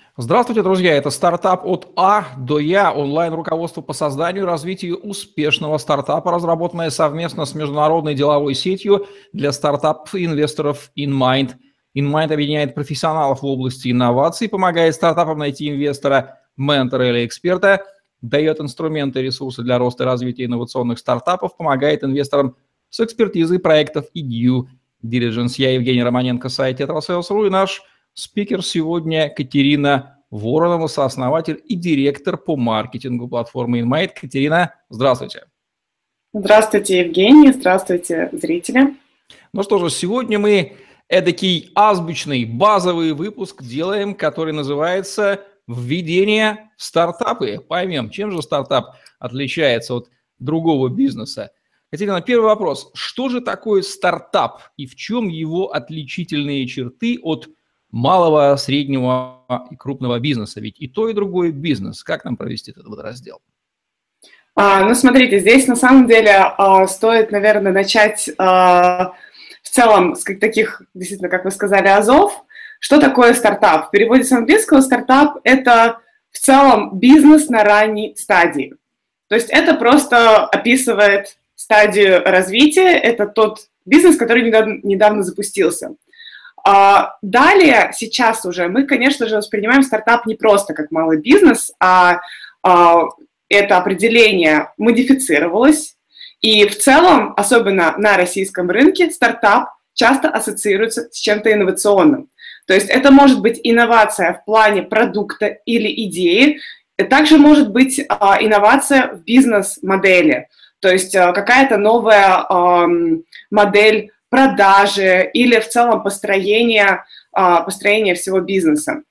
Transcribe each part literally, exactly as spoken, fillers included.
Здравствуйте, друзья! Это стартап от А до Я, онлайн-руководство по созданию и развитию успешного стартапа, разработанное совместно с международной деловой сетью для стартапов и инвесторов InMind. InMind объединяет профессионалов в области инноваций, помогает стартапам найти инвестора, ментора или эксперта, дает инструменты и ресурсы для роста и развития инновационных стартапов, помогает инвесторам с экспертизой проектов и due diligence. Я Евгений Романенко, сайт Tetrasales точка ру, и наш спикер сегодня Катерина Воронова, сооснователь и директор по маркетингу платформы InMind. Катерина, здравствуйте. Здравствуйте, Евгений. Здравствуйте, зрители. Ну что же, сегодня мы эдакий азбучный базовый выпуск делаем, который называется «Введение в стартапы». Поймем, чем же стартап отличается от другого бизнеса. Катерина, первый вопрос. Что же такое стартап и в чем его отличительные черты от малого, среднего и крупного бизнеса? Ведь и то, и другой бизнес. Как нам провести этот вот раздел? А, ну, смотрите, здесь на самом деле а, стоит, наверное, начать а, в целом с таких, действительно, как вы сказали, азов. Что такое стартап? В переводе с английского стартап – это в целом бизнес на ранней стадии. То есть это просто описывает стадию развития, это тот бизнес, который недавно, недавно запустился. А далее, сейчас уже, мы, конечно же, воспринимаем стартап не просто как малый бизнес, а, а это определение модифицировалось. И в целом, особенно на российском рынке, стартап часто ассоциируется с чем-то инновационным. То есть это может быть инновация в плане продукта или идеи, также может быть а, инновация в бизнес-модели, то есть а, какая-то новая а, модель продажи или в целом построение, построение всего бизнеса.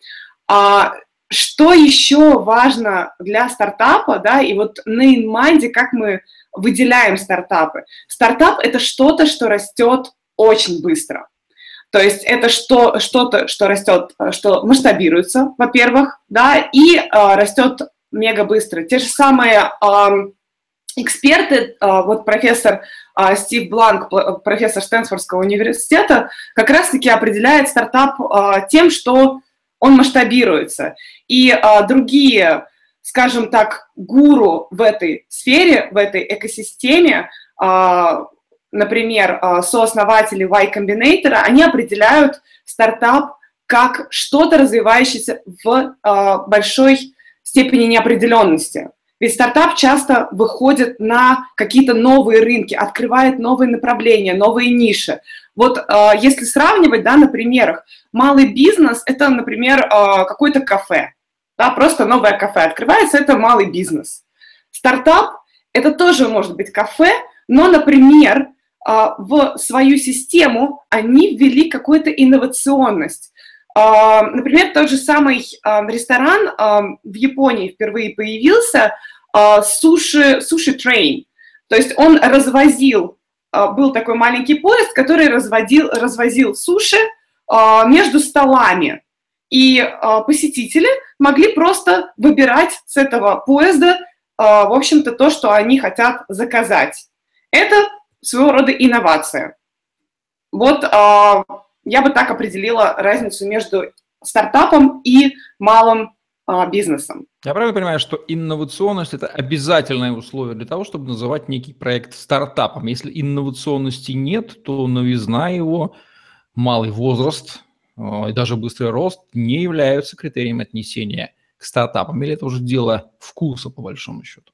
Что еще важно для стартапа, да, и вот на InMind как мы выделяем стартапы? Стартап – это что-то, что растет очень быстро. То есть это что, что-то, что растет, что масштабируется, во-первых, да, и а, растет мега быстро. Те же самые а, эксперты, а, вот профессор а, Стив Бланк, профессор Стэнфордского университета, как раз-таки определяет стартап а, тем, что он масштабируется. И а, другие, скажем так, гуру в этой сфере, в этой экосистеме, а, например, а, сооснователи Y Combinator, они определяют стартап как что-то, развивающееся в а, большой степени неопределенности. Ведь стартап часто выходит на какие-то новые рынки, открывает новые направления, новые ниши. Вот э, если сравнивать, да, на примерах, малый бизнес – это, например, э, какое-то кафе, да, просто новое кафе открывается – это малый бизнес. Стартап – это тоже может быть кафе, но, например, э, в свою систему они ввели какую-то инновационность. Например, тот же самый ресторан в Японии впервые появился, суши, суши трейн. То есть он развозил, был такой маленький поезд, который разводил, развозил суши между столами. И посетители могли просто выбирать с этого поезда, в общем-то, то, что они хотят заказать. Это своего рода инновация. Вот я бы так определила разницу между стартапом и малым а, бизнесом. Я правильно понимаю, что инновационность – это обязательное условие для того, чтобы называть некий проект стартапом? Если инновационности нет, то новизна его, малый возраст и даже быстрый рост не являются критерием отнесения к стартапам? Или это уже дело вкуса, по большому счету?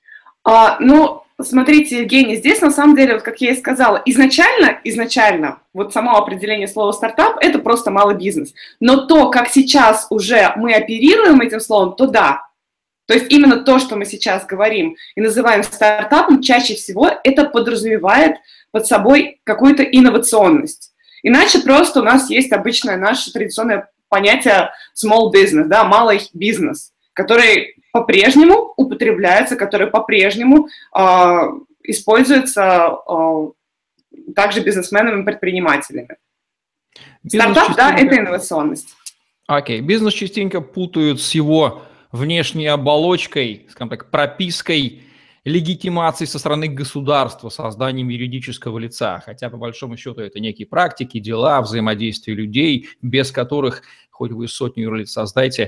А, ну, смотрите, Евгений, здесь на самом деле, вот как я и сказала, изначально, изначально, вот само определение слова стартап – это просто малый бизнес. Но то, как сейчас уже мы оперируем этим словом, то да. То есть именно то, что мы сейчас говорим и называем стартапом, чаще всего это подразумевает под собой какую-то инновационность. Иначе просто у нас есть обычное наше традиционное понятие small business, да, малый бизнес, который по-прежнему употребляется, который по-прежнему э, используется э, также бизнесменами и предпринимателями. Бизнес Стартап, частенько... да, это инновационность. Окей, okay. Бизнес частенько путают с его внешней оболочкой, скажем так, пропиской легитимации со стороны государства, созданием юридического лица. Хотя, по большому счету, это некие практики, дела, взаимодействие людей, без которых, хоть вы сотню юрлиц создайте,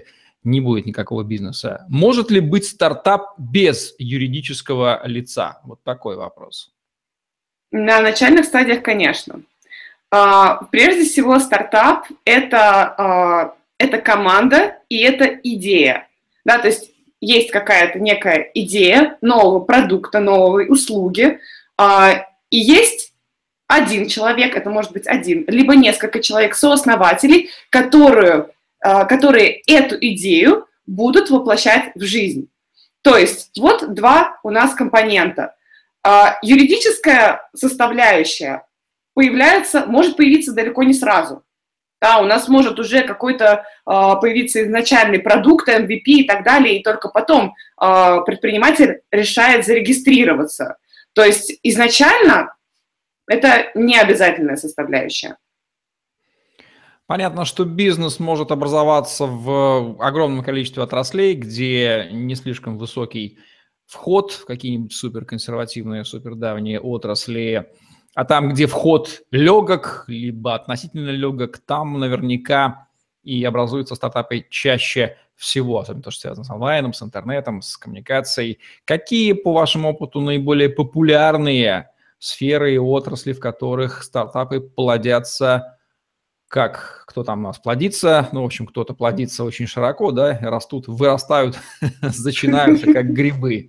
не будет никакого бизнеса. Может ли быть стартап без юридического лица? Вот такой вопрос. На начальных стадиях, конечно. Прежде всего, стартап – это, это команда и это идея. Да, то есть есть какая-то некая идея нового продукта, новой услуги, и есть один человек, это может быть один, либо несколько человек, сооснователей, которые, которые эту идею будут воплощать в жизнь. То есть вот два у нас компонента. Юридическая составляющая появляется, может появиться далеко не сразу. Да, у нас может уже какой-то появиться изначальный продукт, эм ви пи и так далее, и только потом предприниматель решает зарегистрироваться. То есть изначально это не обязательная составляющая. Понятно, что бизнес может образоваться в огромном количестве отраслей, где не слишком высокий вход в какие-нибудь суперконсервативные, супердавние отрасли, а там, где вход легок, либо относительно легок, там наверняка и образуются стартапы чаще всего, особенно то, что связано с онлайном, с интернетом, с коммуникацией. Какие, по вашему опыту, наиболее популярные сферы и отрасли, в которых стартапы плодятся, как кто там у нас плодится, ну, в общем, кто-то плодится очень широко, да, растут, вырастают, зачинаются, как грибы.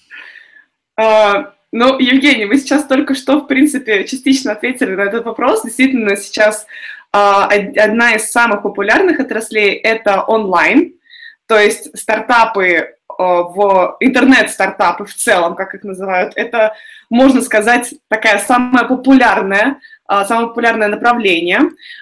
Ну, Евгений, вы сейчас только что, в принципе, частично ответили на этот вопрос. Действительно, сейчас одна из самых популярных отраслей – это онлайн, то есть стартапы, в интернет-стартапы в целом, как их называют, это, можно сказать, такая самая популярная, самое популярное направление.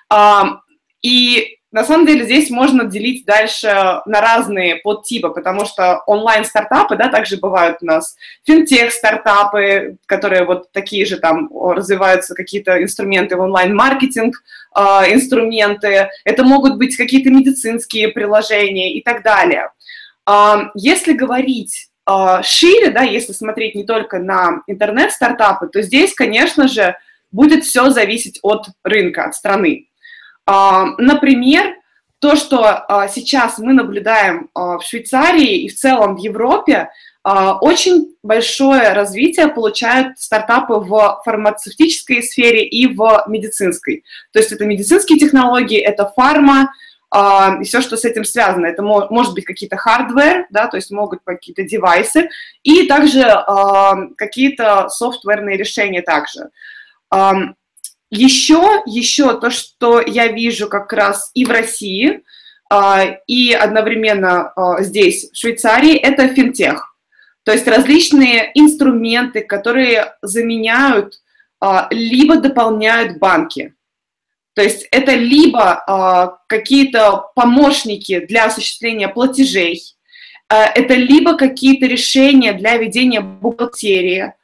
И на самом деле здесь можно делить дальше на разные подтипы, потому что онлайн-стартапы, да, также бывают у нас финтех-стартапы, которые вот такие же там развиваются какие-то инструменты в онлайн-маркетинг, инструменты, это могут быть какие-то медицинские приложения и так далее. Если говорить шире, да, если смотреть не только на интернет-стартапы, то здесь, конечно же, будет все зависеть от рынка, от страны. Например, то, что сейчас мы наблюдаем в Швейцарии и в целом в Европе, очень большое развитие получают стартапы в фармацевтической сфере и в медицинской. То есть это медицинские технологии, это фарма, и все, что с этим связано. Это может быть какие-то хардвер, да, то есть могут быть какие-то девайсы, и также какие-то софтверные решения также. Еще, еще то, что я вижу как раз и в России, и одновременно здесь, в Швейцарии, это финтех. То есть различные инструменты, которые заменяют либо дополняют банки. То есть это либо какие-то помощники для осуществления платежей, это либо какие-то решения для ведения бухгалтерии,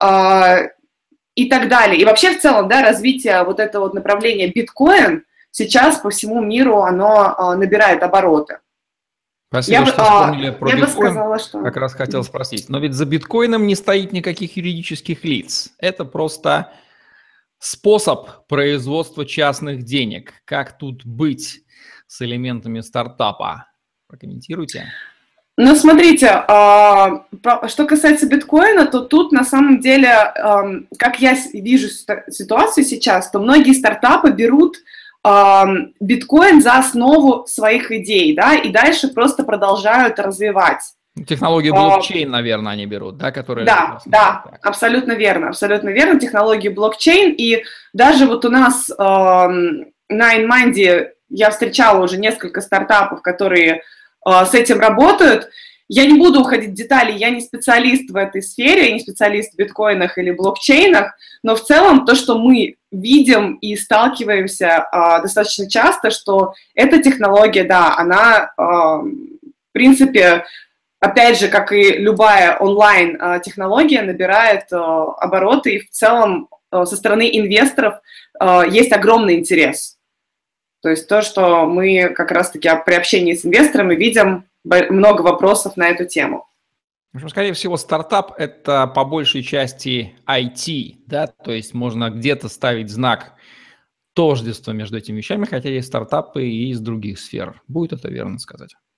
и так далее. И вообще в целом, да, развитие вот этого вот направления биткоин сейчас по всему миру, оно а, набирает обороты. Спасибо, я что бы, вспомнили а, про я биткоин. Бы сказала, что... Как раз хотел спросить. Но ведь за биткоином не стоит никаких юридических лиц. Это просто способ производства частных денег. Как тут быть с элементами стартапа? Прокомментируйте. Ну, смотрите, что касается биткоина, то тут на самом деле, как я вижу ситуацию сейчас, то многие стартапы берут биткоин за основу своих идей, да, и дальше просто продолжают развивать. Технологию блокчейн, наверное, они берут, да, которые... Да, да, так. абсолютно верно, абсолютно верно, технологию блокчейн, и даже вот у нас на InMind я встречала уже несколько стартапов, которые с этим работают. Я не буду уходить в детали, я не специалист в этой сфере, я не специалист в биткоинах или блокчейнах, но в целом то, что мы видим и сталкиваемся а, достаточно часто, что эта технология, да, она, а, в принципе, опять же, как и любая онлайн-технология, набирает а, обороты, и в целом а, со стороны инвесторов а, есть огромный интерес. То есть то, что мы как раз-таки при общении с инвесторами видим много вопросов на эту тему. В общем, скорее всего, стартап – это по большей части ай ти, да, то есть можно где-то ставить знак тождества между этими вещами, хотя есть стартапы и из других сфер. Будет это верно сказать?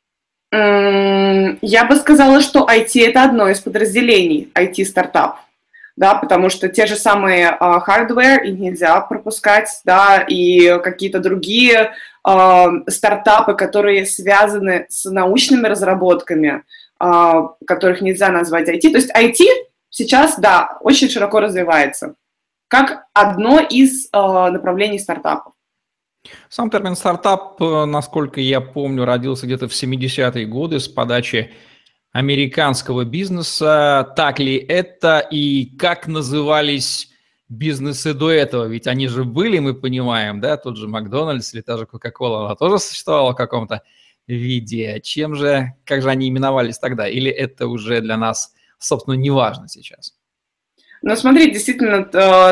Я бы сказала, что ай ти – это одно из подразделений ай ти-стартап, да, потому что те же самые uh, hardware их нельзя пропускать, да, и какие-то другие uh, стартапы, которые связаны с научными разработками, uh, которых нельзя назвать ай ти. То есть ай ти сейчас, да, очень широко развивается, как одно из uh, направлений стартапов. Сам термин «стартап», насколько я помню, родился где-то в семидесятые годы с подачи американского бизнеса. Так ли это и как назывались бизнесы до этого? Ведь они же были, мы понимаем, да, тот же Макдональдс или та же Кока-Кола, она тоже существовала в каком-то виде. Чем же, как же они именовались тогда? Или это уже для нас, собственно, не важно сейчас? Ну, смотри, действительно,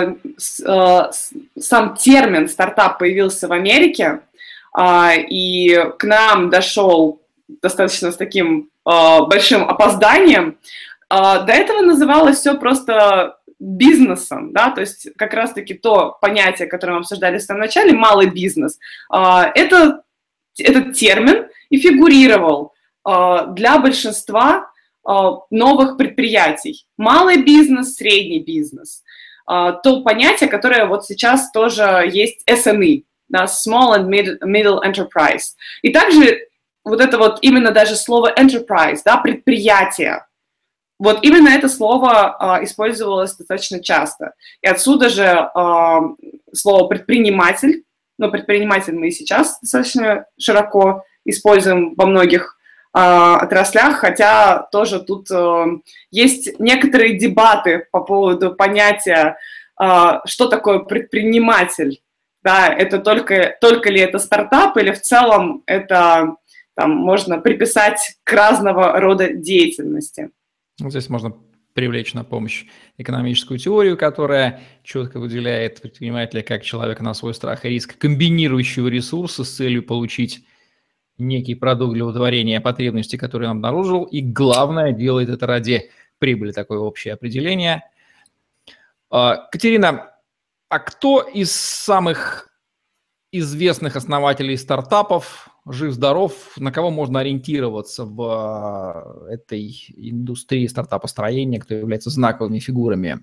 сам термин «стартап» появился в Америке, и к нам дошел достаточно с таким большим опозданием. До этого называлось все просто бизнесом, да, то есть как раз-таки то понятие, которое мы обсуждали в самом начале, малый бизнес, это, этот термин и фигурировал для большинства новых предприятий. Малый бизнес, средний бизнес. То понятие, которое вот сейчас тоже есть эс эм и, да, Small and Middle Enterprise. И также вот это вот именно даже слово enterprise, да, предприятие, вот именно это слово использовалось достаточно часто. И отсюда же слово предприниматель, но предприниматель мы и сейчас достаточно широко используем во многих отраслях, хотя тоже тут э, есть некоторые дебаты по поводу понятия, э, что такое предприниматель. Да, это только, только ли это стартап, или в целом это там, можно приписать к разного рода деятельности. Здесь можно привлечь на помощь экономическую теорию, которая четко выделяет предпринимателя как человека на свой страх и риск, комбинирующего ресурсы с целью получить некий продукт для удовлетворения потребностей, которые он обнаружил, и главное, делает это ради прибыли, такое общее определение. Катерина, а кто из самых известных основателей стартапов жив-здоров, на кого можно ориентироваться в этой индустрии стартапостроения, кто является знаковыми фигурами?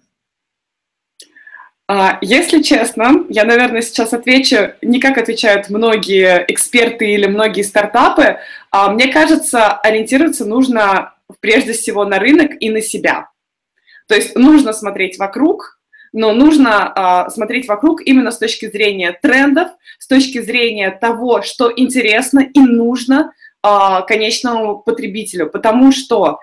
Если честно, я, наверное, сейчас отвечу не как отвечают многие эксперты или многие стартапы. Мне кажется, ориентироваться нужно прежде всего на рынок и на себя. То есть нужно смотреть вокруг, но нужно смотреть вокруг именно с точки зрения трендов, с точки зрения того, что интересно и нужно конечному потребителю. Потому что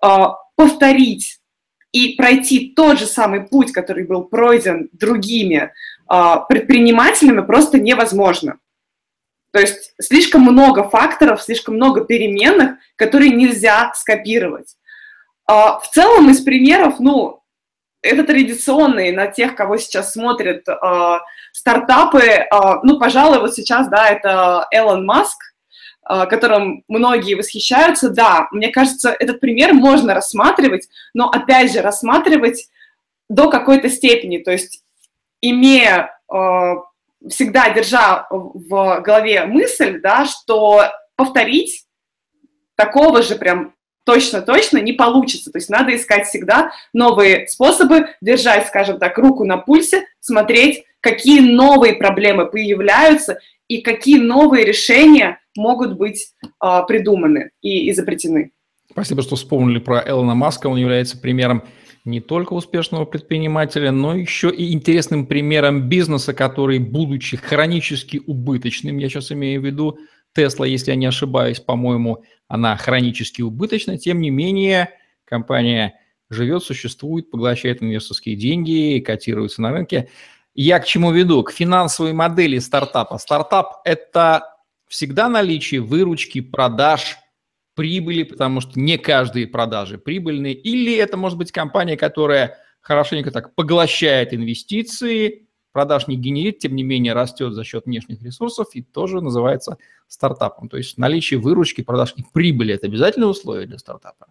повторить и пройти тот же самый путь, который был пройден другими э, предпринимателями, просто невозможно. То есть слишком много факторов, слишком много переменных, которые нельзя скопировать. Э, в целом из примеров, ну, это традиционные на тех, кого сейчас смотрят э, стартапы. Э, ну, пожалуй, вот сейчас, да, это Элон Маск, которым многие восхищаются. Да, мне кажется, этот пример можно рассматривать, но, опять же, рассматривать до какой-то степени, то есть имея, э, всегда держа в голове мысль, да, что повторить такого же прям точно-точно не получится. То есть надо искать всегда новые способы, держать, скажем так, руку на пульсе, смотреть, какие новые проблемы появляются и какие новые решения могут быть э, придуманы и изобретены. Спасибо, что вспомнили про Элона Маска. Он является примером не только успешного предпринимателя, но еще и интересным примером бизнеса, который, будучи хронически убыточным, я сейчас имею в виду Tesla, если я не ошибаюсь, по-моему, она хронически убыточна, тем не менее компания живет, существует, поглощает инвесторские деньги, котируется на рынке. Я к чему веду? К финансовой модели стартапа. Стартап – это всегда наличие выручки, продаж, прибыли, потому что не каждые продажи прибыльные. Или это может быть компания, которая хорошенько так поглощает инвестиции, продаж не генерит, тем не менее растет за счет внешних ресурсов и тоже называется стартапом. То есть наличие выручки, продаж и прибыли – это обязательное условие для стартапа.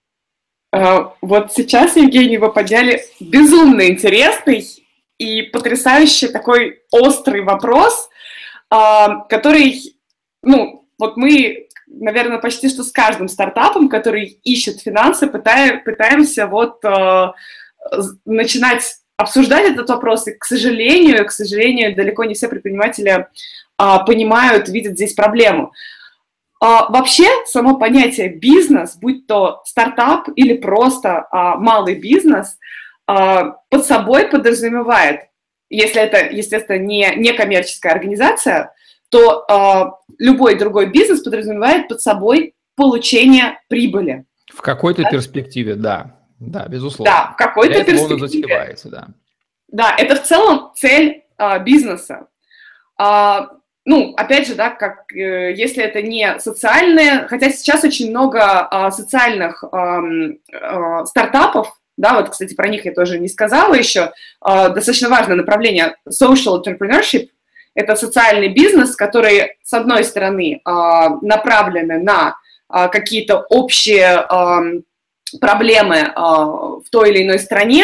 Вот сейчас, Евгений, вы подняли безумно интересный и потрясающий такой острый вопрос, который, ну, вот мы наверное, почти что с каждым стартапом, который ищет финансы, пытаем, пытаемся вот э, начинать обсуждать этот вопрос. И, к сожалению, к сожалению, далеко не все предприниматели э, понимают, видят здесь проблему. Э, вообще, само понятие бизнес, будь то стартап или просто э, малый бизнес, э, под собой подразумевает, если это, естественно, не, не коммерческая организация, то э, любой другой бизнес подразумевает под собой получение прибыли. В какой-то да? перспективе, да. Да, безусловно. Да, в какой-то перспективе. Затевается, да. Да, это в целом цель э, бизнеса. А, ну, опять же, да, как э, если это не социальные, хотя сейчас очень много э, социальных э, э, стартапов, да, вот, кстати, про них я тоже не сказала еще, э, достаточно важное направление social entrepreneurship. Это социальный бизнес, который, с одной стороны, направлены на какие-то общие проблемы в той или иной стране.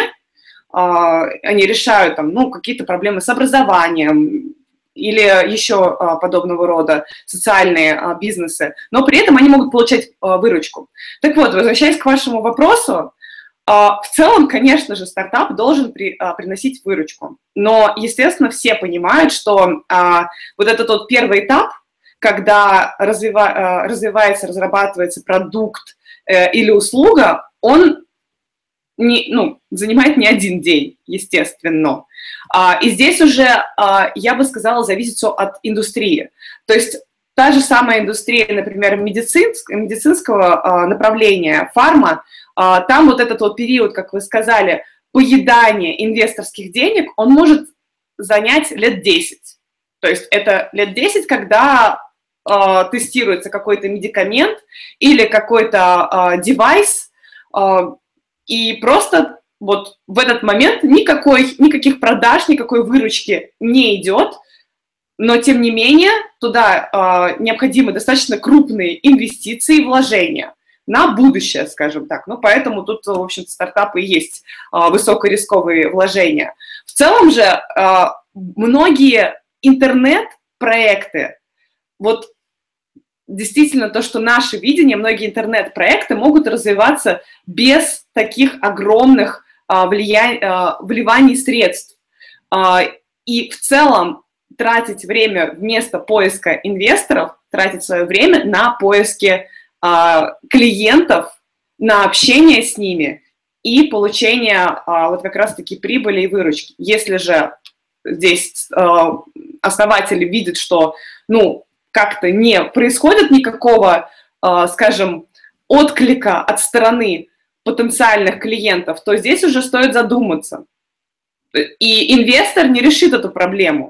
Они решают там, ну, какие-то проблемы с образованием или еще подобного рода социальные бизнесы, но при этом они могут получать выручку. Так вот, возвращаясь к вашему вопросу, в целом, конечно же, стартап должен при, а, приносить выручку, но, естественно, все понимают, что а, вот этот вот первый этап, когда развива, а, развивается, разрабатывается продукт э, или услуга, он не, ну, занимает не один день, естественно. А, и здесь уже, а, я бы сказала, зависит все от индустрии. То есть та же самая индустрия, например, медицинск, медицинского а, направления, фарма, там вот этот вот период, как вы сказали, поедания инвесторских денег, он может занять лет десять. То есть это лет десять, когда э, тестируется какой-то медикамент или какой-то э, девайс, э, и просто вот в этот момент никакой, никаких продаж, никакой выручки не идет, но тем не менее туда э, необходимы достаточно крупные инвестиции и вложения на будущее, скажем так. Ну, поэтому тут, в общем-то, стартапы и есть а, высокорисковые вложения. В целом же а, многие интернет-проекты, вот действительно то, что наше видение, многие интернет-проекты могут развиваться без таких огромных а, влия... а, вливаний средств. А, и в целом тратить время вместо поиска инвесторов, тратить свое время на поиски клиентов, на общение с ними и получение а, вот как раз-таки прибыли и выручки. Если же здесь а, основатели видят, что, ну, как-то не происходит никакого, а, скажем, отклика от стороны потенциальных клиентов, то здесь уже стоит задуматься. И инвестор не решит эту проблему.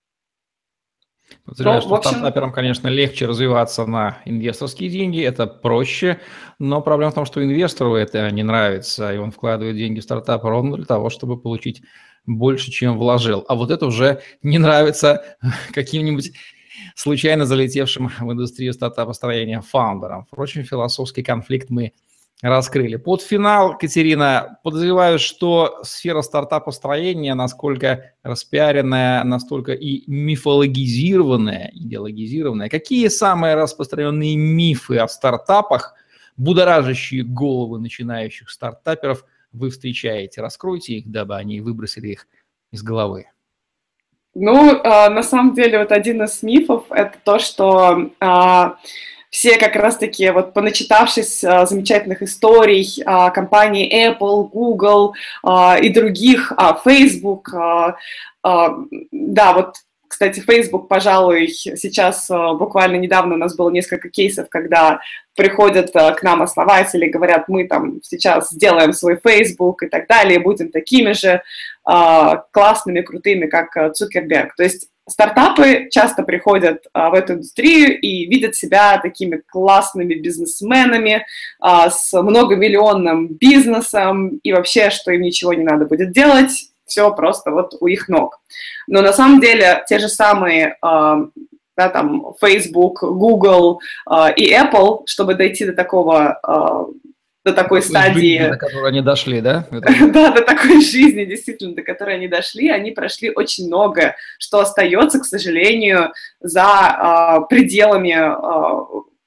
Подозреваю, что общем... стартаперам, конечно, легче развиваться на инвесторские деньги, это проще, но проблема в том, что инвестору это не нравится, и он вкладывает деньги в стартап ровно для того, чтобы получить больше, чем вложил. А вот это уже не нравится каким-нибудь случайно залетевшим в индустрию стартапостроения фаундерам. Впрочем, философский конфликт мы раскрыли. Под финал, Катерина, подозреваю, что сфера стартапостроения, насколько распиаренная, настолько и мифологизированная, идеологизированная. Какие самые распространенные мифы о стартапах, будоражащие головы начинающих стартаперов, вы встречаете? Раскройте их, дабы они выбросили их из головы. Ну, на самом деле, вот один из мифов – это то, что все как раз-таки, вот поначитавшись а, замечательных историй а, компаний Apple, Google а, и других, а, Facebook, а, а, да, вот, кстати, Facebook, пожалуй, сейчас а, буквально недавно у нас было несколько кейсов, когда приходят а, к нам основатели, говорят, мы там сейчас сделаем свой Facebook и так далее, будем такими же а, классными, крутыми, как Цукерберг. То есть стартапы часто приходят а, в эту индустрию и видят себя такими классными бизнесменами а, с многомиллионным бизнесом, и вообще, что им ничего не надо будет делать, все просто вот у их ног. Но на самом деле те же самые а, да, там, Facebook, Google а, и Apple, чтобы дойти до такого... А, до такой стадии... Жизни, до которой они дошли, да? Да, до такой жизни, действительно, до которой они дошли. Они прошли очень много, что остается, к сожалению, за а, пределами а,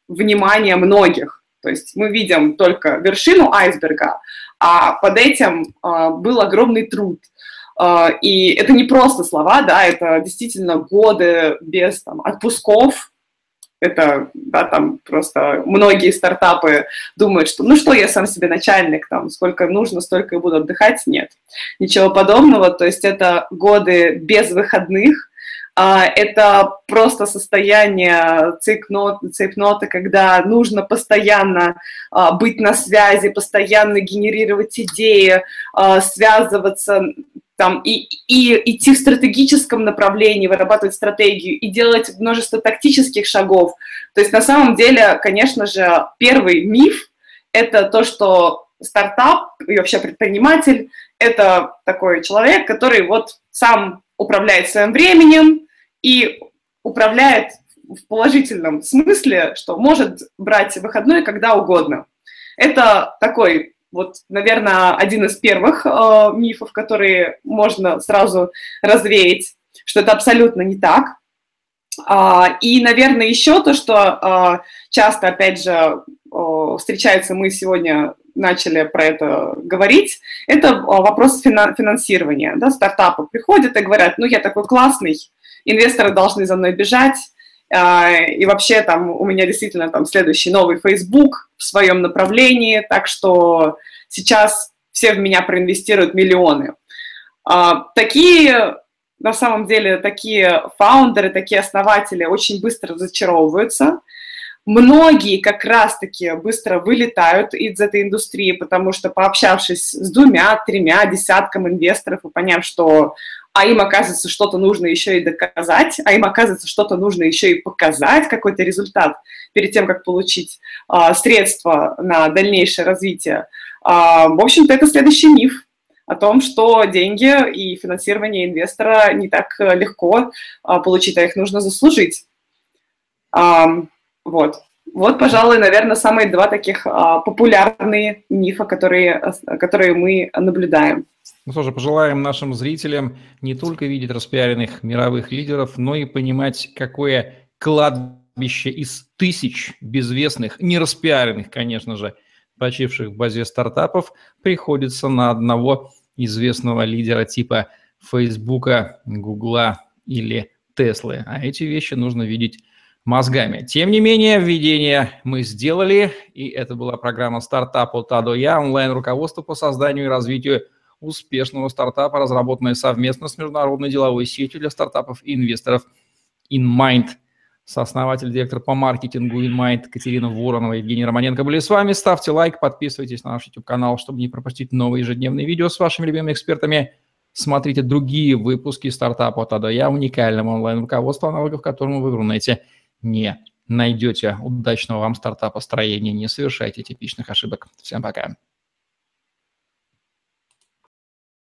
внимание многих. То есть мы видим только вершину айсберга, а под этим э, был огромный труд. Э, и это не просто слова, да, это действительно годы без там, отпусков. Это, да, там просто многие стартапы думают, что ну что, я сам себе начальник, там, сколько нужно, столько и буду отдыхать. Нет, ничего подобного. То есть это годы без выходных, это просто состояние цейпнота, цейпнота, когда нужно постоянно быть на связи, постоянно генерировать идеи, связываться, там, и, и идти в стратегическом направлении, вырабатывать стратегию и делать множество тактических шагов. То есть на самом деле, конечно же, первый миф – это то, что стартап и вообще предприниматель – это такой человек, который вот сам управляет своим временем и управляет в положительном смысле, что может брать выходной когда угодно. Это такой... Вот, наверное, один из первых э, мифов, которые можно сразу развеять, что это абсолютно не так. А, и, наверное, еще то, что э, часто, опять же, э, встречается, мы сегодня начали про это говорить, это вопрос финансирования. Да? Стартапы приходят и говорят, ну, я такой классный, инвесторы должны за мной бежать, и вообще там у меня действительно там следующий новый Facebook в своем направлении, так что сейчас все в меня проинвестируют миллионы. Такие, на самом деле, такие фаундеры, такие основатели очень быстро разочаровываются. Многие как раз-таки быстро вылетают из этой индустрии, потому что, пообщавшись с двумя, тремя, десятком инвесторов и поняв, что а им, оказывается, что-то нужно еще и доказать, а им, оказывается, что-то нужно еще и показать, какой-то результат перед тем, как получить а, средства на дальнейшее развитие. А, в общем-то, это следующий миф о том, что деньги и финансирование инвестора не так легко а, получить, а их нужно заслужить. А, вот. Вот, пожалуй, наверное, самые два таких а, популярные мифа, которые, которые мы наблюдаем. Ну что же, пожелаем нашим зрителям не только видеть распиаренных мировых лидеров, но и понимать, какое кладбище из тысяч безвестных, не распиаренных, конечно же, почивших в базе стартапов, приходится на одного известного лидера типа Фейсбука, Гугла или Теслы. А эти вещи нужно видеть мозгами. Тем не менее, введение мы сделали, и это была программа «Стартап от А до Я», онлайн-руководство по созданию и развитию успешного стартапа, разработанная совместно с международной деловой сетью для стартапов и инвесторов InMind. Сооснователь, директор по маркетингу InMind Катерина Воронова, Евгений Романенко были с вами. Ставьте лайк, подписывайтесь на наш YouTube-канал, чтобы не пропустить новые ежедневные видео с вашими любимыми экспертами. Смотрите другие выпуски «Стартапа от А до Я», уникального онлайн-руководства, аналогов которому вы в Рунете не найдете. Удачного вам стартапа строения. Не совершайте типичных ошибок. Всем пока.